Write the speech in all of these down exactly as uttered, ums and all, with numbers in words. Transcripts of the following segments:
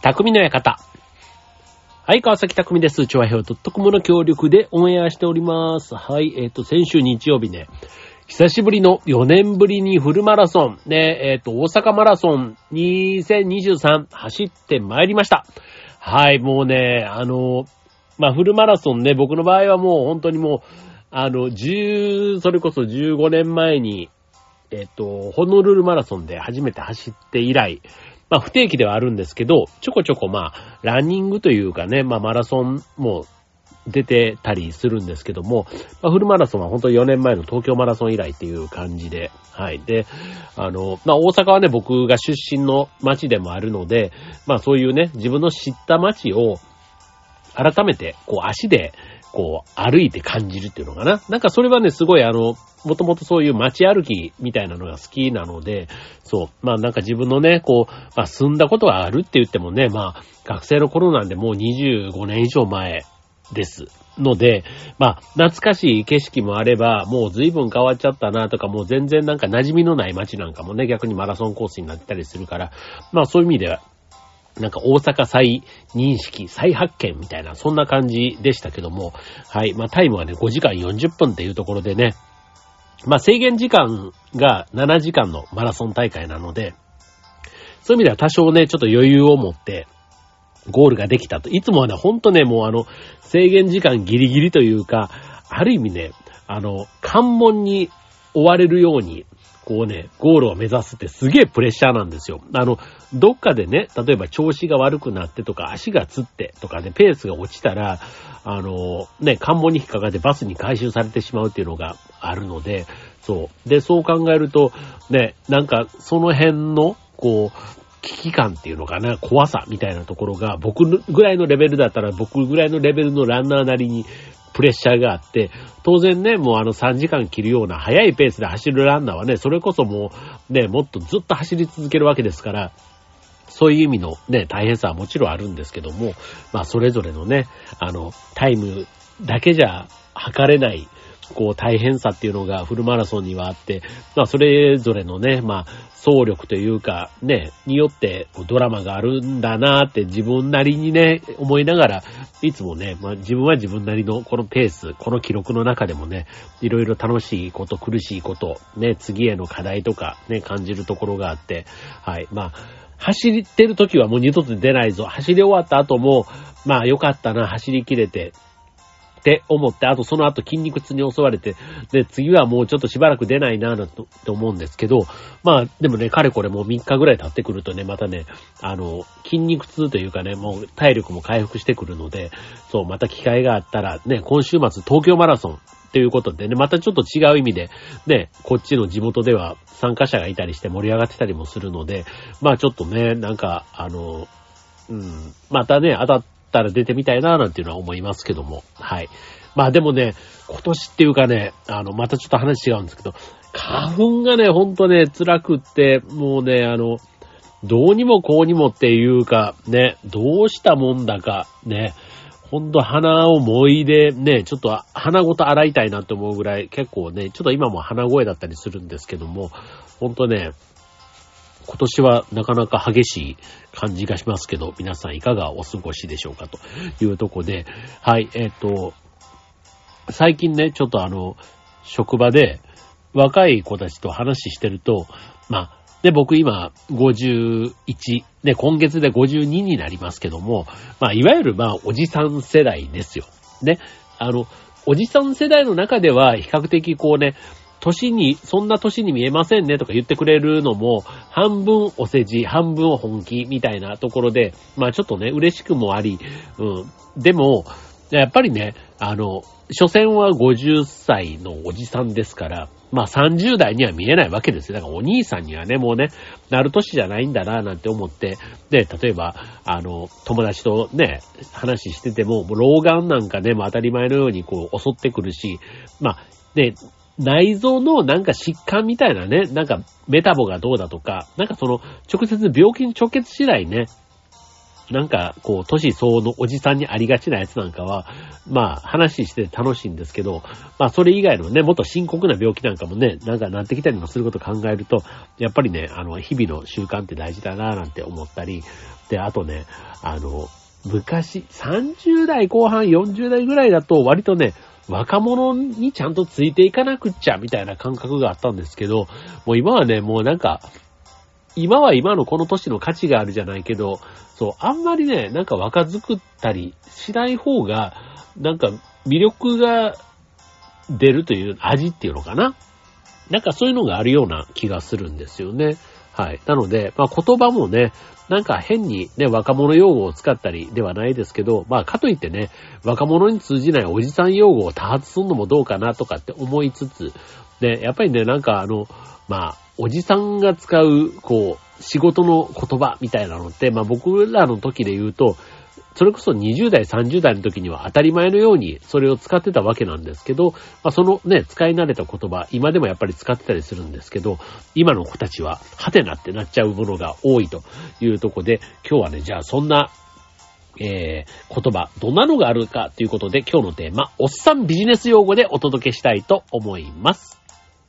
匠の館。はい、川崎匠です。チョアヘオ .com の協力でオンエアしております。はい、えっと、先週日曜日ね、久しぶりのよねんぶりにフルマラソン、ね、えっと、大阪マラソンにせんにじゅうさん走ってまいりました。はい、もうね、あの、まあ、フルマラソンね、僕の場合はもう本当にもう、あの、10、それこそじゅうごねんまえに、えっと、ホノルルマラソンで初めて走って以来、まあ不定期ではあるんですけど、ちょこちょこまあ、ランニングというかね、まあマラソンも出てたりするんですけども、まあフルマラソンは本当によねんまえの東京マラソン以来っていう感じで、はい。で、あの、まあ大阪はね、僕が出身の街でもあるので、まあそういうね、自分の知った街を改めて、こう足で、こう歩いて感じるっていうのかな。なんかそれはね、すごいあの、もともとそういう街歩きみたいなのが好きなので、そう、まあなんか自分のね、こう、まあ住んだことがあるって言ってもね、まあ学生の頃なんでもうにじゅうごねん以上前ですので、まあ懐かしい景色もあれば、もう随分変わっちゃったなとか、もう全然なんか馴染みのない街なんかもね、逆にマラソンコースになってたりするから、まあそういう意味では、なんか大阪再認識、再発見みたいな、そんな感じでしたけども、はい。まあタイムはね、ごじかんよんじゅっぷんっていうところでね、まあ制限時間がななじかんのマラソン大会なので、そういう意味では多少ね、ちょっと余裕を持ってゴールができたと。いつもはね、ほんとね、もうあの、制限時間ギリギリというか、ある意味ね、あの、関門に追われるように、こうね、ゴールを目指すってすげえプレッシャーなんですよ。あの、どっかでね、例えば調子が悪くなってとか、足がつってとかね、ペースが落ちたら、あの、ね、関門に引っかかってバスに回収されてしまうっていうのがあるので、そう。で、そう考えると、ね、なんかその辺の、こう、危機感っていうのかな、怖さみたいなところが、僕ぐらいのレベルだったら、僕ぐらいのレベルのランナーなりに、プレッシャーがあって、当然ね、もうあのさんじかん切るような速いペースで走るランナーはね、それこそもうね、もっとずっと走り続けるわけですから、そういう意味のね、大変さはもちろんあるんですけども、まあそれぞれのね、あの、タイムだけじゃ測れない、こう大変さっていうのがフルマラソンにはあって、まあそれぞれのね、まあ総力というかね、によってドラマがあるんだなーって自分なりにね、思いながら、いつもね、まあ自分は自分なりのこのペース、この記録の中でもね、いろいろ楽しいこと、苦しいこと、ね、次への課題とかね、感じるところがあって、はい、まあ、走ってる時はもう二度と出ないぞ。走り終わった後も、まあよかったな、走り切れて。って思って、あとその後筋肉痛に襲われて、で、次はもうちょっとしばらく出ないなぁと思うんですけど、まあ、でもね、かれこれもうみっかぐらい経ってくるとね、またね、あの、筋肉痛というかね、もう体力も回復してくるので、そう、また機会があったら、ね、今週末東京マラソンということでね、またちょっと違う意味で、ね、こっちの地元では参加者がいたりして盛り上がってたりもするので、まあちょっとね、なんか、あの、うん、またね、当たって、たら出てみたいななんていうのは思いますけども。はい。まあでもね、今年っていうかね、あの、またちょっと話違うんですけど、花粉がね、ほんとね、辛くって、もうね、あの、どうにもこうにもっていうか、ね、どうしたもんだか、ね、ほんと鼻をもいで、ね、ちょっと鼻ごと洗いたいなって思うぐらい、結構ね、ちょっと今も鼻声だったりするんですけども、ほんとね、今年はなかなか激しい感じがしますけど、皆さんいかがお過ごしでしょうかというとこで、はい、えっと、最近ね、ちょっとあの、職場で若い子たちと話してると、まあ、で、僕今ごじゅういち、で、今月でごじゅうにになりますけども、まあ、いわゆるまあ、おじさん世代ですよ。ね、あの、おじさん世代の中では比較的こうね、年に、そんな年に見えませんねとか言ってくれるのも、半分お世辞、半分本気みたいなところで、まあちょっとね、嬉しくもあり、うん。でも、やっぱりね、あの、所詮はごじゅっさいのおじさんですから、まあさんじゅう代には見えないわけですよ。だからお兄さんにはね、もうね、なる年じゃないんだな、なんて思って、で、例えば、あの、友達とね、話してても、もう老眼なんかね、もう当たり前のようにこう襲ってくるし、まあ、で、内臓のなんか疾患みたいなね、なんかメタボがどうだとか、なんかその直接病気に直結次第ね、 なんか、こう、年相応のおじさんにありがちなやつなんかは、まあ、話して楽しいんですけど、まあ、それ以外のね、もっと深刻な病気なんかもね、なんかなってきたりもすることを考えると、やっぱりね、あの、日々の習慣って大事だなぁなんて思ったり、で、あとね、あの、昔、さんじゅう代後半、よんじゅう代ぐらいだと、割とね、若者にちゃんとついていかなくっちゃ、みたいな感覚があったんですけど、もう今はね、もうなんか、今は今のこの年の価値があるじゃないけど、そう、あんまりね、なんか若作ったりしない方が、なんか魅力が出るという味っていうのかな。なんかそういうのがあるような気がするんですよね。はい。なので、まあ言葉もね、なんか変にね、若者用語を使ったりではないですけど、まあかといってね、若者に通じないおじさん用語を多発するのもどうかなとかって思いつつ、で、やっぱりね、なんかあの、まあ、おじさんが使う、こう、仕事の言葉みたいなのって、まあ僕らの時で言うと、それこそにじゅう代、さんじゅう代の時には当たり前のようにそれを使ってたわけなんですけど、まあそのね、使い慣れた言葉、今でもやっぱり使ってたりするんですけど、今の子たちは、はてなってなっちゃうものが多いというところで、今日はね、じゃあそんな、えー、言葉、どんなのがあるかということで、今日のテーマ、おっさんビジネス用語でお届けしたいと思います。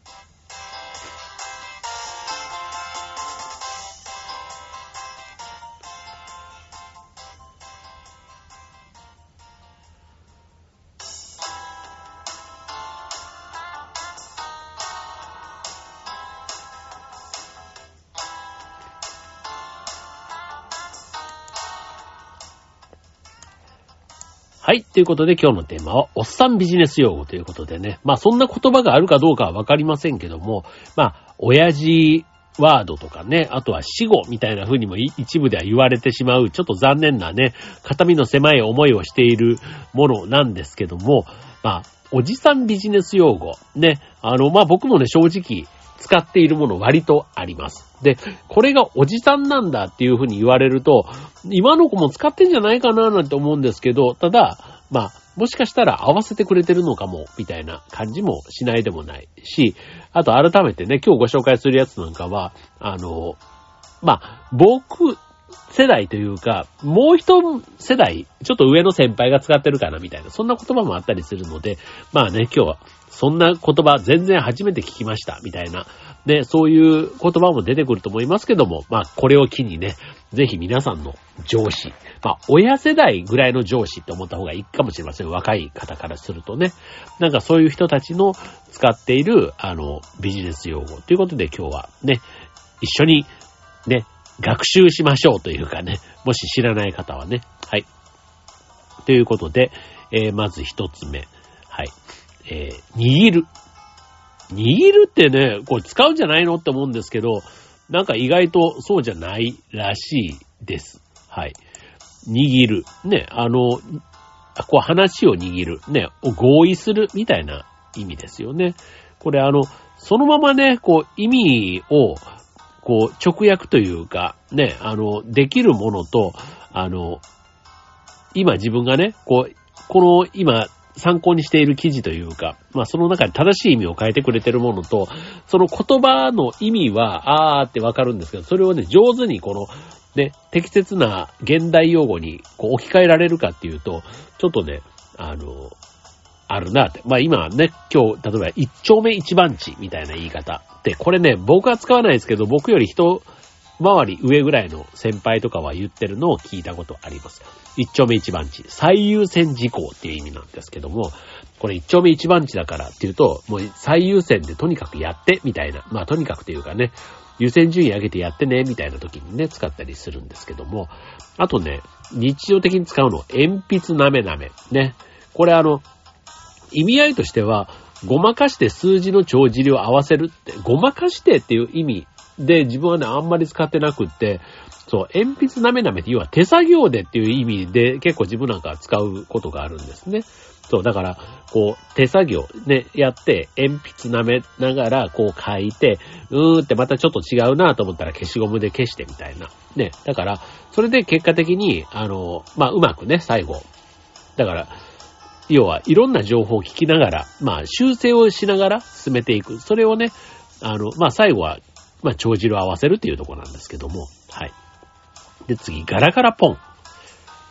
はい。ということで今日のテーマは、おっさんビジネス用語ということでね。まあそんな言葉があるかどうかはわかりませんけども、まあ、親父ワードとかね、あとは死語みたいな風にも一部では言われてしまう、ちょっと残念なね、肩身の狭い思いをしているものなんですけども、まあ、おじさんビジネス用語。ね。あの、まあ僕もね、正直、使っているもの割とあります。で、これがおじさんなんだっていうふうに言われると、今の子も使ってんじゃないかななんて思うんですけど、ただ、まあ、もしかしたら合わせてくれてるのかも、みたいな感じもしないでもないし、あと改めてね、今日ご紹介するやつなんかは、あの、まあ、僕、世代というか、もう一世代、ちょっと上の先輩が使ってるかなみたいな、そんな言葉もあったりするので、まあね、今日はそんな言葉全然初めて聞きましたみたいな、ね、そういう言葉も出てくると思いますけども、まあこれを機にね、ぜひ皆さんの上司、まあ親世代ぐらいの上司って思った方がいいかもしれません。若い方からするとね、なんかそういう人たちの使っている、あの、ビジネス用語ということで今日はね、一緒にね、学習しましょうというかね、もし知らない方はね。はい。ということで、えー、まず一つ目。はい。えー、握る。握るってね、これ使うんじゃないのって思うんですけど、なんか意外とそうじゃないらしいです。はい。握る。ね、あの、こう話を握る。ね、合意するみたいな意味ですよね。これあの、そのままね、こう意味を、こう、直訳というか、ね、あの、できるものと、あの、今自分がね、こう、この今参考にしている記事というか、まあその中で正しい意味を変えてくれてるものと、その言葉の意味は、あーってわかるんですけど、それをね、上手にこの、ね、適切な現代用語にこう置き換えられるかっていうと、ちょっとね、あの、あるなって。まあ今ね、今日、例えば一丁目一番地みたいな言い方。で、これね、僕は使わないですけど、僕より一回り上ぐらいの先輩とかは言ってるのを聞いたことあります。一丁目一番地。最優先事項っていう意味なんですけども、これ一丁目一番地だからっていうと、もう最優先でとにかくやって、みたいな。まあとにかくというかね、優先順位上げてやってね、みたいな時にね、使ったりするんですけども、あとね、日常的に使うの、鉛筆なめなめ。ね。これあの、意味合いとしては、ごまかして数字の帳尻を合わせるって、ごまかしてっていう意味で自分はね、あんまり使ってなくって、そう、鉛筆なめなめって要は手作業でっていう意味で結構自分なんか使うことがあるんですね。そう、だから、こう、手作業ね、やって、鉛筆なめながらこう書いて、うーってまたちょっと違うなと思ったら消しゴムで消してみたいな。ね、だから、それで結果的に、あの、まあ、うまくね、最後。だから、要はいろんな情報を聞きながら、まあ修正をしながら進めていく。それをね、あの、まあ最後は、まあ帳尻を合わせるっていうところなんですけども。はい。で次、ガラガラポン。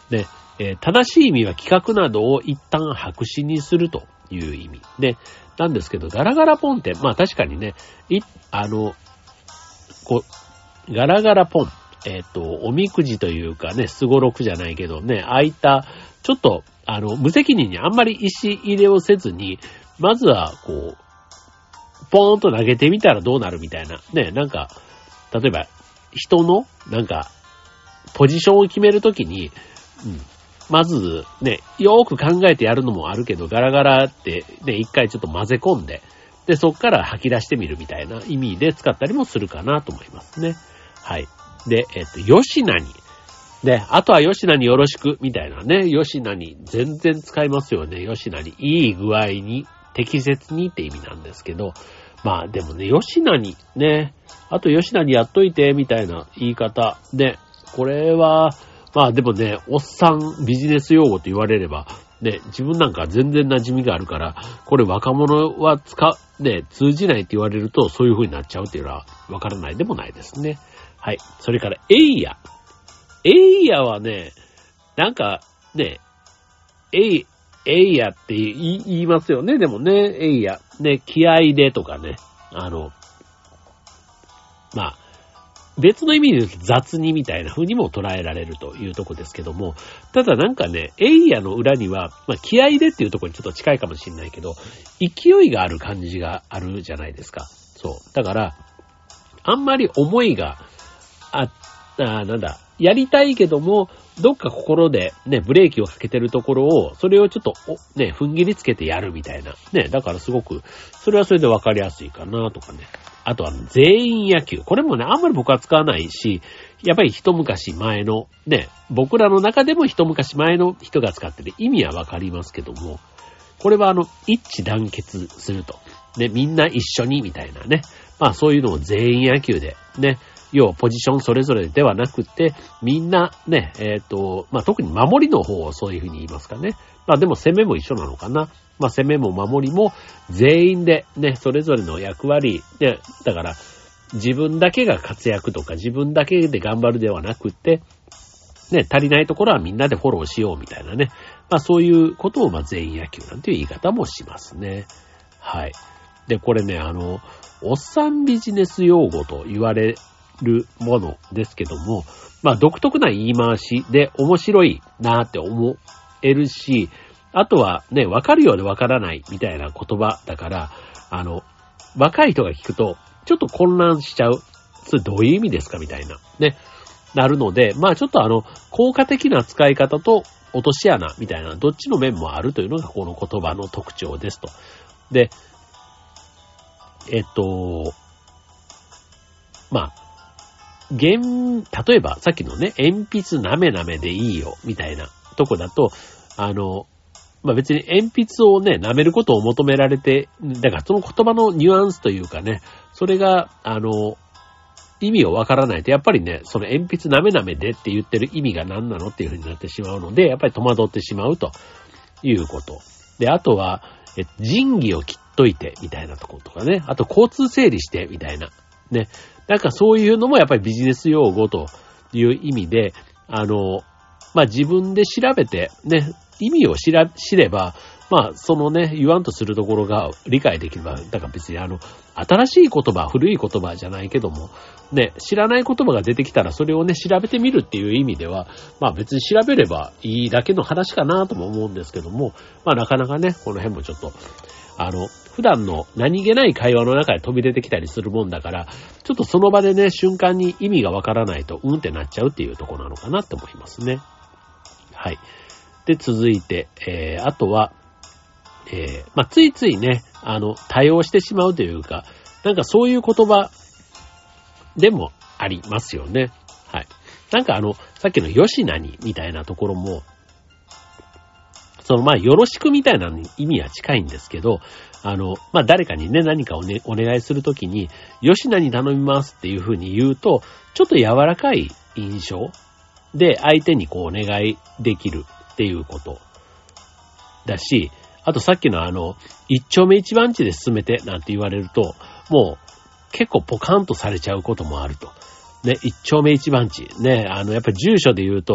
で、えー、正しい意味は企画などを一旦白紙にするという意味で、なんですけど、ガラガラポンって、まあ確かにね、い、あの、こう、ガラガラポン、えっと、おみくじというかね、すごろくじゃないけどね、ああいった、ちょっと、あの、無責任にあんまり石入れをせずに、まずは、こう、ポーンと投げてみたらどうなるみたいな。ね、なんか、例えば、人の、なんか、ポジションを決めるときに、うん、まず、ね、よーく考えてやるのもあるけど、ガラガラって、ね、一回ちょっと混ぜ込んで、で、そっから吐き出してみるみたいな意味で使ったりもするかなと思いますね。はい。で、えっと、よしなに。で、あとはよしなによろしく、みたいなね。よしなに、全然使いますよね。よしなに。いい具合に、適切にって意味なんですけど、まあでもね、よしなに、ね。あとよしなにやっといて、みたいな言い方。で、これは、まあでもね、おっさんビジネス用語と言われれば、ね、自分なんか全然馴染みがあるから、これ若者は使う、ね、通じないって言われると、そういう風になっちゃうっていうのは、わからないでもないですね。はい。それから、えいや。えいやはね、なんか、ね、えい、えいやって言い、言いますよね。でもね、えいや。ね、気合でとかね。あの、まあ、別の意味で言うと雑にみたいな風にも捉えられるというとこですけども、ただなんかね、エイヤの裏には、まあ気合でっていうところにちょっと近いかもしれないけど、勢いがある感じがあるじゃないですか。そう。だから、あんまり思いがあ、あなんだ、やりたいけども、どっか心でね、ブレーキをかけてるところを、それをちょっと、ね、踏ん切りつけてやるみたいな。ね、だからすごく、それはそれでわかりやすいかなとかね。あとは全員野球。これもね、あんまり僕は使わないし、やっぱり一昔前の、ね、僕らの中でも一昔前の人が使ってて意味はわかりますけども、これはあの、一致団結すると。ね、みんな一緒にみたいなね。まあそういうのを全員野球で、ね、要はポジションそれぞれではなくて、みんなね、えっと、まあ特に守りの方をそういうふうに言いますかね。まあでも攻めも一緒なのかな。まあ攻めも守りも全員でね、それぞれの役割で、だから自分だけが活躍とか自分だけで頑張るではなくて、ね、足りないところはみんなでフォローしようみたいなね。まあそういうことをまあ全員野球なんていう言い方もしますね。はい。で、これね、あの、おっさんビジネス用語と言われるものですけども、まあ独特な言い回しで面白いなーって思えるし、あとはね、わかるようでわからないみたいな言葉だから、あの、若い人が聞くと、ちょっと混乱しちゃう。それどういう意味ですかみたいな。ね。なるので、まあちょっとあの、効果的な使い方と落とし穴みたいな、どっちの面もあるというのがこの言葉の特徴ですと。で、えっと、まあ、現、例えばさっきのね、鉛筆なめなめでいいよみたいなとこだと、あの、まあ別に鉛筆をね、舐めることを求められて、だからその言葉のニュアンスというかね、それが、あの、意味をわからないと、やっぱりね、その鉛筆舐め舐めでって言ってる意味が何なのっていう風になってしまうので、やっぱり戸惑ってしまうということ。で、あとは、え仁義を切っといてみたいなところとかね、あと交通整理してみたいな。ね。なんかそういうのもやっぱりビジネス用語という意味で、あの、まあ、自分で調べて、ね、意味を知ら、知れば、まあ、そのね、言わんとするところが理解できれば、だから別にあの、新しい言葉、古い言葉じゃないけども、ね、知らない言葉が出てきたらそれをね、調べてみるっていう意味では、まあ別に調べればいいだけの話かなとも思うんですけども、まあなかなかね、この辺もちょっと、あの、普段の何気ない会話の中で飛び出てきたりするもんだから、ちょっとその場でね、瞬間に意味がわからないと、うんってなっちゃうっていうところなのかなって思いますね。はい。で、続いて、えー、あとは、えー、まあ、ついついね、あの、多用してしまうというか、なんかそういう言葉でもありますよね。はい。なんかあの、さっきのよしなにみたいなところも、そのまあよろしくみたいな意味は近いんですけど、あの、まあ誰かにね、何かをね、お願いするときに、よしなに頼みますっていう風に言うと、ちょっと柔らかい印象で相手にこうお願いできるっていうことだし、あとさっきのあの、一丁目一番地で進めてなんて言われると、もう結構ポカンとされちゃうこともあると。ね、一丁目一番地。ね、あの、やっぱり住所で言うと、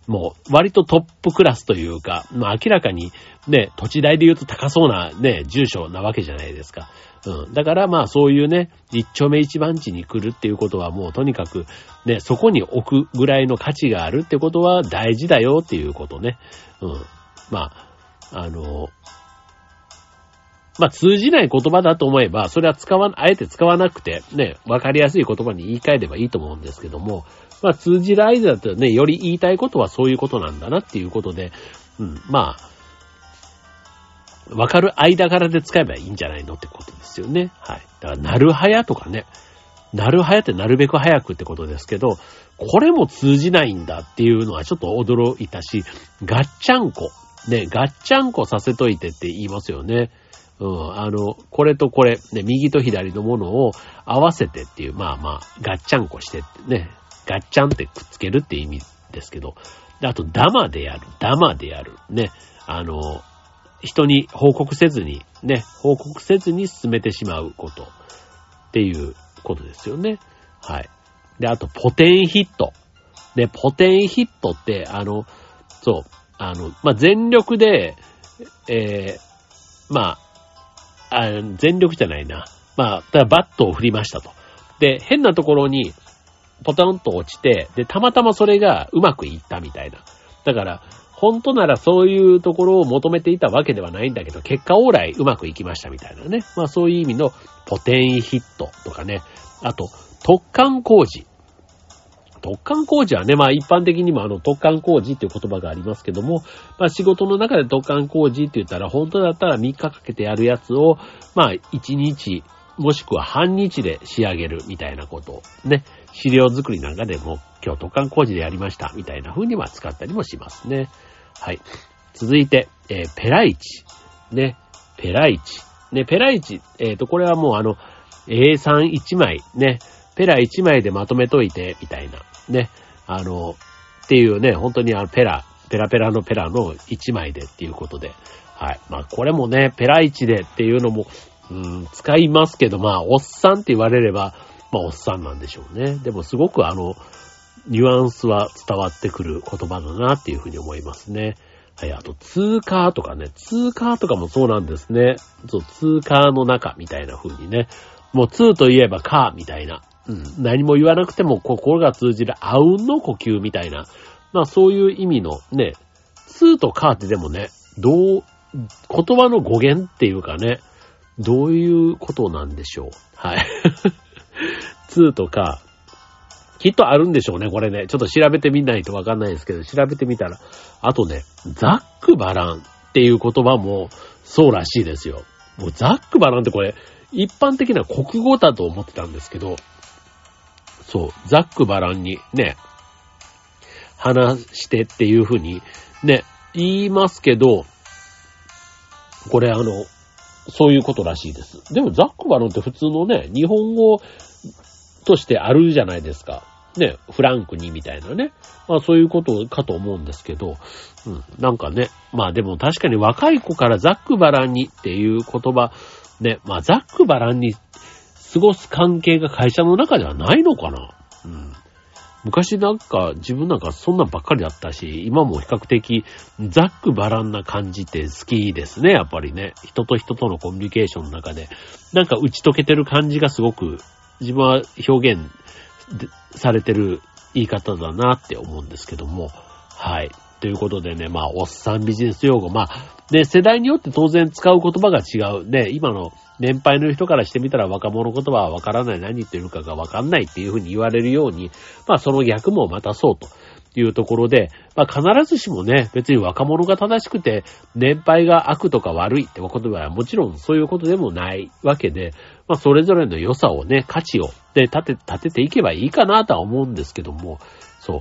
もう割とトップクラスというか、まあ明らかにね、土地代で言うと高そうなね、住所なわけじゃないですか。うん。だからまあそういうね、一丁目一番地に来るっていうことはもうとにかくね、そこに置くぐらいの価値があるってことは大事だよっていうことね。うん。まあ、あの、まあ通じない言葉だと思えば、それは使わ、あえて使わなくてね、わかりやすい言葉に言い換えればいいと思うんですけども、まあ通じる相手だとね、より言いたいことはそういうことなんだなっていうことで、うん、まあ、わかる間柄で使えばいいんじゃないのってことですよね。はい。だから、なるはやとかね、なるはやってなるべく早くってことですけど、これも通じないんだっていうのはちょっと驚いたし、ガッチャンコ。ね、ガッチャンコさせといてって言いますよね。うん、あの、これとこれ、ね、右と左のものを合わせてっていう、まあまあ、ガッチャンコしてってね、ガッチャンってくっつけるって意味ですけど、であと、ダマでやる、ダマでやる、ね、あの、人に報告せずに、ね、報告せずに進めてしまうことっていうことですよね。はい。で、あと、ポテンヒット。で、ポテンヒットって、あの、そう、あの、まあ、全力で、えー、まあ、あ全力じゃないな。まあ、ただバットを振りましたと。で、変なところに、ポトンと落ちて、で、たまたまそれがうまくいったみたいな。だから、本当ならそういうところを求めていたわけではないんだけど、結果オーライうまくいきましたみたいなね。まあそういう意味のポテンヒットとかね。あと、突貫工事。突貫工事はね、まあ一般的にもあの突貫工事っていう言葉がありますけども、まあ仕事の中で突貫工事って言ったら、本当だったらみっかかけてやるやつを、まあいちにち、もしくは半日で仕上げるみたいなことをね、資料作りなんかでも今日突貫工事でやりましたみたいな風には使ったりもしますね。はい。続いて、えー、ペライチ。ね、ペライチ。ね、ペライチ。えっと、これはもうあの、エーさんいち 枚、ね、ペラいちまいでまとめといて、みたいな。ね、あの、っていうね、本当にあの、ペラ、ペラペラのペラのいちまいでっていうことで。はい。まあ、これもね、ペラいちでっていうのも、うん、使いますけど、まあ、おっさんって言われれば、まあ、おっさんなんでしょうね。でも、すごくあの、ニュアンスは伝わってくる言葉だなっていうふうに思いますね。はい、あと、通貨とかね、通貨とかもそうなんですね。そう、通貨の中みたいな風にね。もう、通といえばカーみたいな。うん、何も言わなくても心が通じるあうんの呼吸みたいな。まあ、そういう意味のね、通とカーってでもね、どう、言葉の語源っていうかね、どういうことなんでしょう。はい。通とカー。きっとあるんでしょうね、これね。ちょっと調べてみないとわかんないですけど、調べてみたら。あとね、ざっくばらんっていう言葉もそうらしいですよ。もうざっくばらんってこれ、一般的な国語だと思ってたんですけど、そう、ざっくばらんにね、話してっていう風にね、言いますけど、これあの、そういうことらしいです。でもざっくばらんって普通のね、日本語としてあるじゃないですか。ね、フランクにみたいなね。まあそういうことかと思うんですけど、うん、なんかね、まあでも確かに若い子からざっくばらんにっていう言葉、ね、まあざっくばらんに過ごす関係が会社の中ではないのかな。うん、昔なんか自分なんかそんなんばっかりだったし、今も比較的ざっくばらんな感じって好きですね、やっぱりね。人と人とのコミュニケーションの中で、なんか打ち解けてる感じがすごく自分は表現されてる言い方だなって思うんですけども。はい。ということでね、まあ、おっさんビジネス用語。まあ、ね、世代によって当然使う言葉が違う。ね、今の年配の人からしてみたら若者言葉はわからない、何言ってるかがわかんないっていうふうに言われるように、まあ、その逆もまたそうというところで、まあ、必ずしもね、別に若者が正しくて、年配が悪とか悪いってことはもちろんそういうことでもないわけで、まあ、それぞれの良さをね、価値を、で、立て、立てていけばいいかなとは思うんですけども、そう。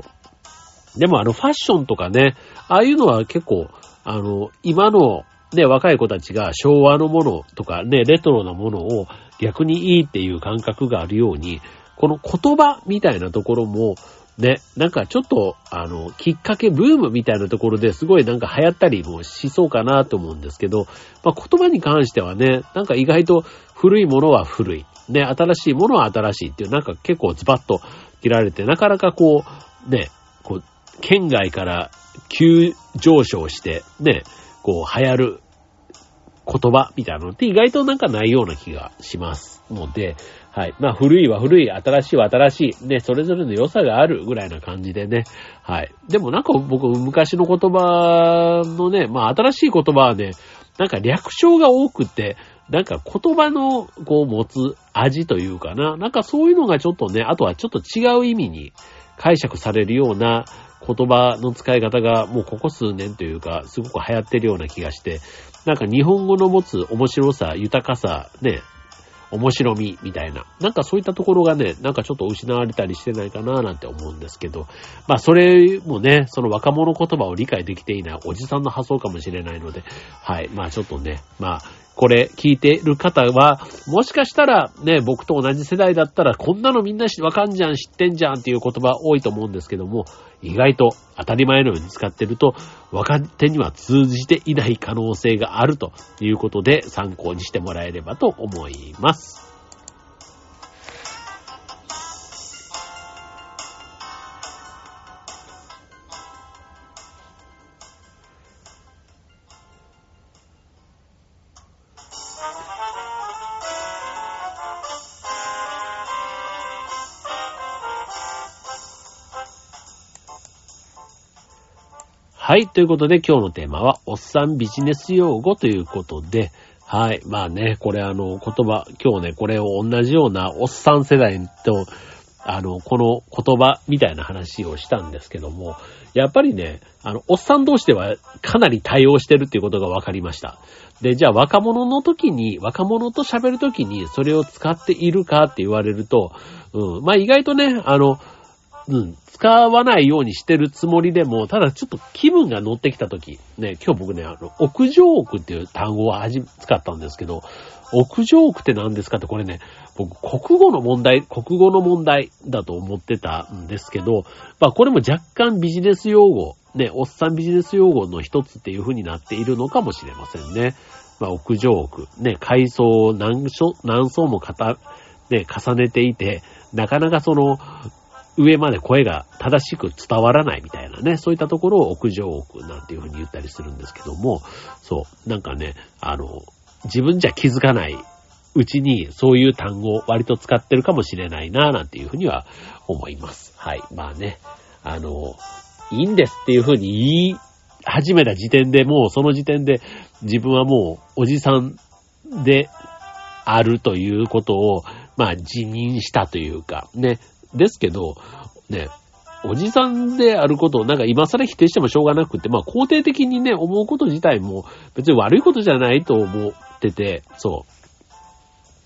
でもあの、ファッションとかね、ああいうのは結構、あの、今のね、若い子たちが昭和のものとかね、レトロなものを逆にいいっていう感覚があるように、この言葉みたいなところも、ね、なんかちょっと、あの、きっかけ、ブームみたいなところですごいなんか流行ったりもしそうかなと思うんですけど、まあ、言葉に関してはね、なんか意外と古いものは古い。ね、新しいものは新しいっていう、なんか結構ズバッと切られて、なかなかこう、ね、こう、 県外から急上昇して、ね、こう流行る言葉みたいなのって意外となんかないような気がしますので、はい。まあ古いは古い、新しいは新しい、ね、それぞれの良さがあるぐらいな感じでね、はい。でもなんか僕昔の言葉のね、まあ新しい言葉はね、なんか略称が多くて、なんか言葉のこう持つ味というかな、なんかそういうのがちょっとね、あとはちょっと違う意味に解釈されるような言葉の使い方がもうここ数年というか、すごく流行ってるような気がして、なんか日本語の持つ面白さ、豊かさ、ね、面白みみたいな。なんかそういったところがね、なんかちょっと失われたりしてないかななんて思うんですけど、まあそれもね、その若者言葉を理解できていないおじさんの発想かもしれないので、はい、まあちょっとね、まあこれ聞いてる方は、もしかしたらね、僕と同じ世代だったらこんなのみんなわかんじゃん、知ってんじゃんっていう言葉多いと思うんですけども、意外と当たり前のように使ってると若手には通じていない可能性があるということで参考にしてもらえればと思います。はい。ということで今日のテーマはおっさんビジネス用語ということで、はい。まあね、これあの言葉、今日ね、これを同じようなおっさん世代と、あの、この言葉みたいな話をしたんですけども、やっぱりね、あの、おっさん同士ではかなり対応してるっていうことが分かりました。で、じゃあ若者の時に、若者と喋る時にそれを使っているかって言われると、うん、まあ意外とね、あの、うん、使わないようにしてるつもりでも、ただちょっと気分が乗ってきたとき、ね、今日僕ね、あの、屋上屋っていう単語をはじ使ったんですけど、屋上屋って何ですかってこれね、僕、国語の問題、国語の問題だと思ってたんですけど、まあこれも若干ビジネス用語、ね、おっさんビジネス用語の一つっていう風になっているのかもしれませんね。まあ屋上屋、ね、階層を何層、何層もかた、ね、重ねていて、なかなかその、上まで声が正しく伝わらないみたいなね、そういったところを屋上屋なんていう風に言ったりするんですけども、そう、なんかね、あの、自分じゃ気づかないうちにそういう単語を割と使ってるかもしれないな、なんていう風には思います。はい。まあね、あの、いいんですっていう風に言い始めた時点でもうその時点で自分はもうおじさんであるということを、まあ自認したというか、ね、ですけど、ね、おじさんであることをなんか今更否定してもしょうがなくって、まあ肯定的にね、思うこと自体も別に悪いことじゃないと思ってて、そう。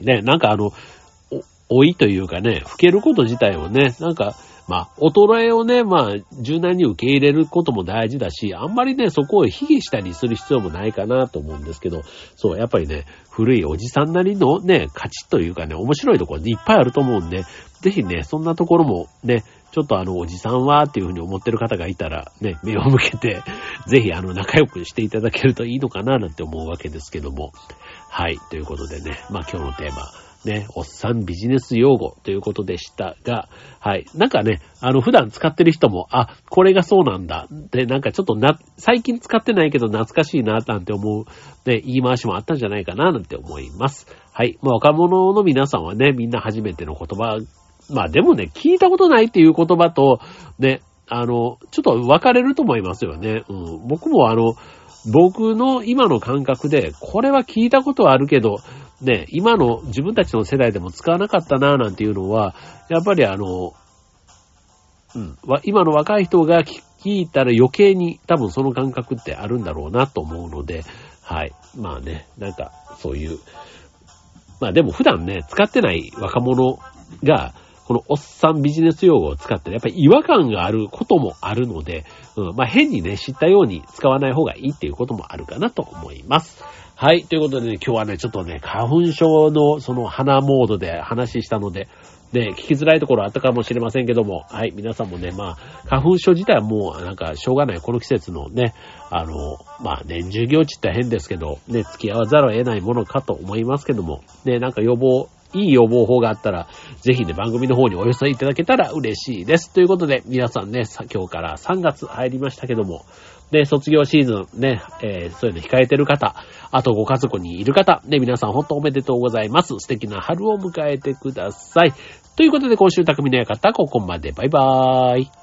ね、なんかあの、老いというかね、老けること自体をね、なんか、まあ、衰えをね、まあ、柔軟に受け入れることも大事だし、あんまりね、そこを卑下したりする必要もないかなと思うんですけど、そう、やっぱりね、古いおじさんなりのね、価値というかね、面白いところいっぱいあると思うんで、ぜひね、そんなところもね、ちょっとあの、おじさんはっていうふうに思ってる方がいたら、ね、目を向けて、ぜひあの、仲良くしていただけるといいのかななんて思うわけですけども。はい、ということでね、まあ今日のテーマ、ね、おっさんビジネス用語ということでしたが、はい。なんかね、あの、普段使ってる人も、あ、これがそうなんだ。で、なんかちょっとな、最近使ってないけど懐かしいな、なんて思う、ね、言い回しもあったんじゃないかな、なんて思います。はい。まあ、若者の皆さんはね、みんな初めての言葉、まあでもね、聞いたことないっていう言葉と、ね、あの、ちょっと分かれると思いますよね。うん。僕もあの、僕の今の感覚で、これは聞いたことはあるけど、ね、今の自分たちの世代でも使わなかったなぁなんていうのは、やっぱりあの、うん、今の若い人が聞いたら余計に多分その感覚ってあるんだろうなと思うので、はい。まあね、なんかそういう、まあでも普段ね、使ってない若者が、このおっさんビジネス用語を使ってやっぱり違和感があることもあるので、うん、まあ変にね、知ったように使わない方がいいっていうこともあるかなと思います。はい。ということで、ね、今日はね、ちょっとね、花粉症のその鼻モードで話したので、ね、聞きづらいところあったかもしれませんけども、はい。皆さんもね、まあ、花粉症自体はもうなんかしょうがない、この季節のね、あの、まあ、年中行地って変ですけど、ね、付き合わざるを得ないものかと思いますけども、ね、なんか予防いい予防法があったら、ぜひね、番組の方にお寄せいただけたら嬉しいです。ということで、皆さんね、今日からさんがつ入りましたけども、で、卒業シーズンね、えー、そういうの控えてる方、あとご家族にいる方、ね、皆さん本当おめでとうございます。素敵な春を迎えてください。ということで、今週匠の館、ここまで。バイバーイ。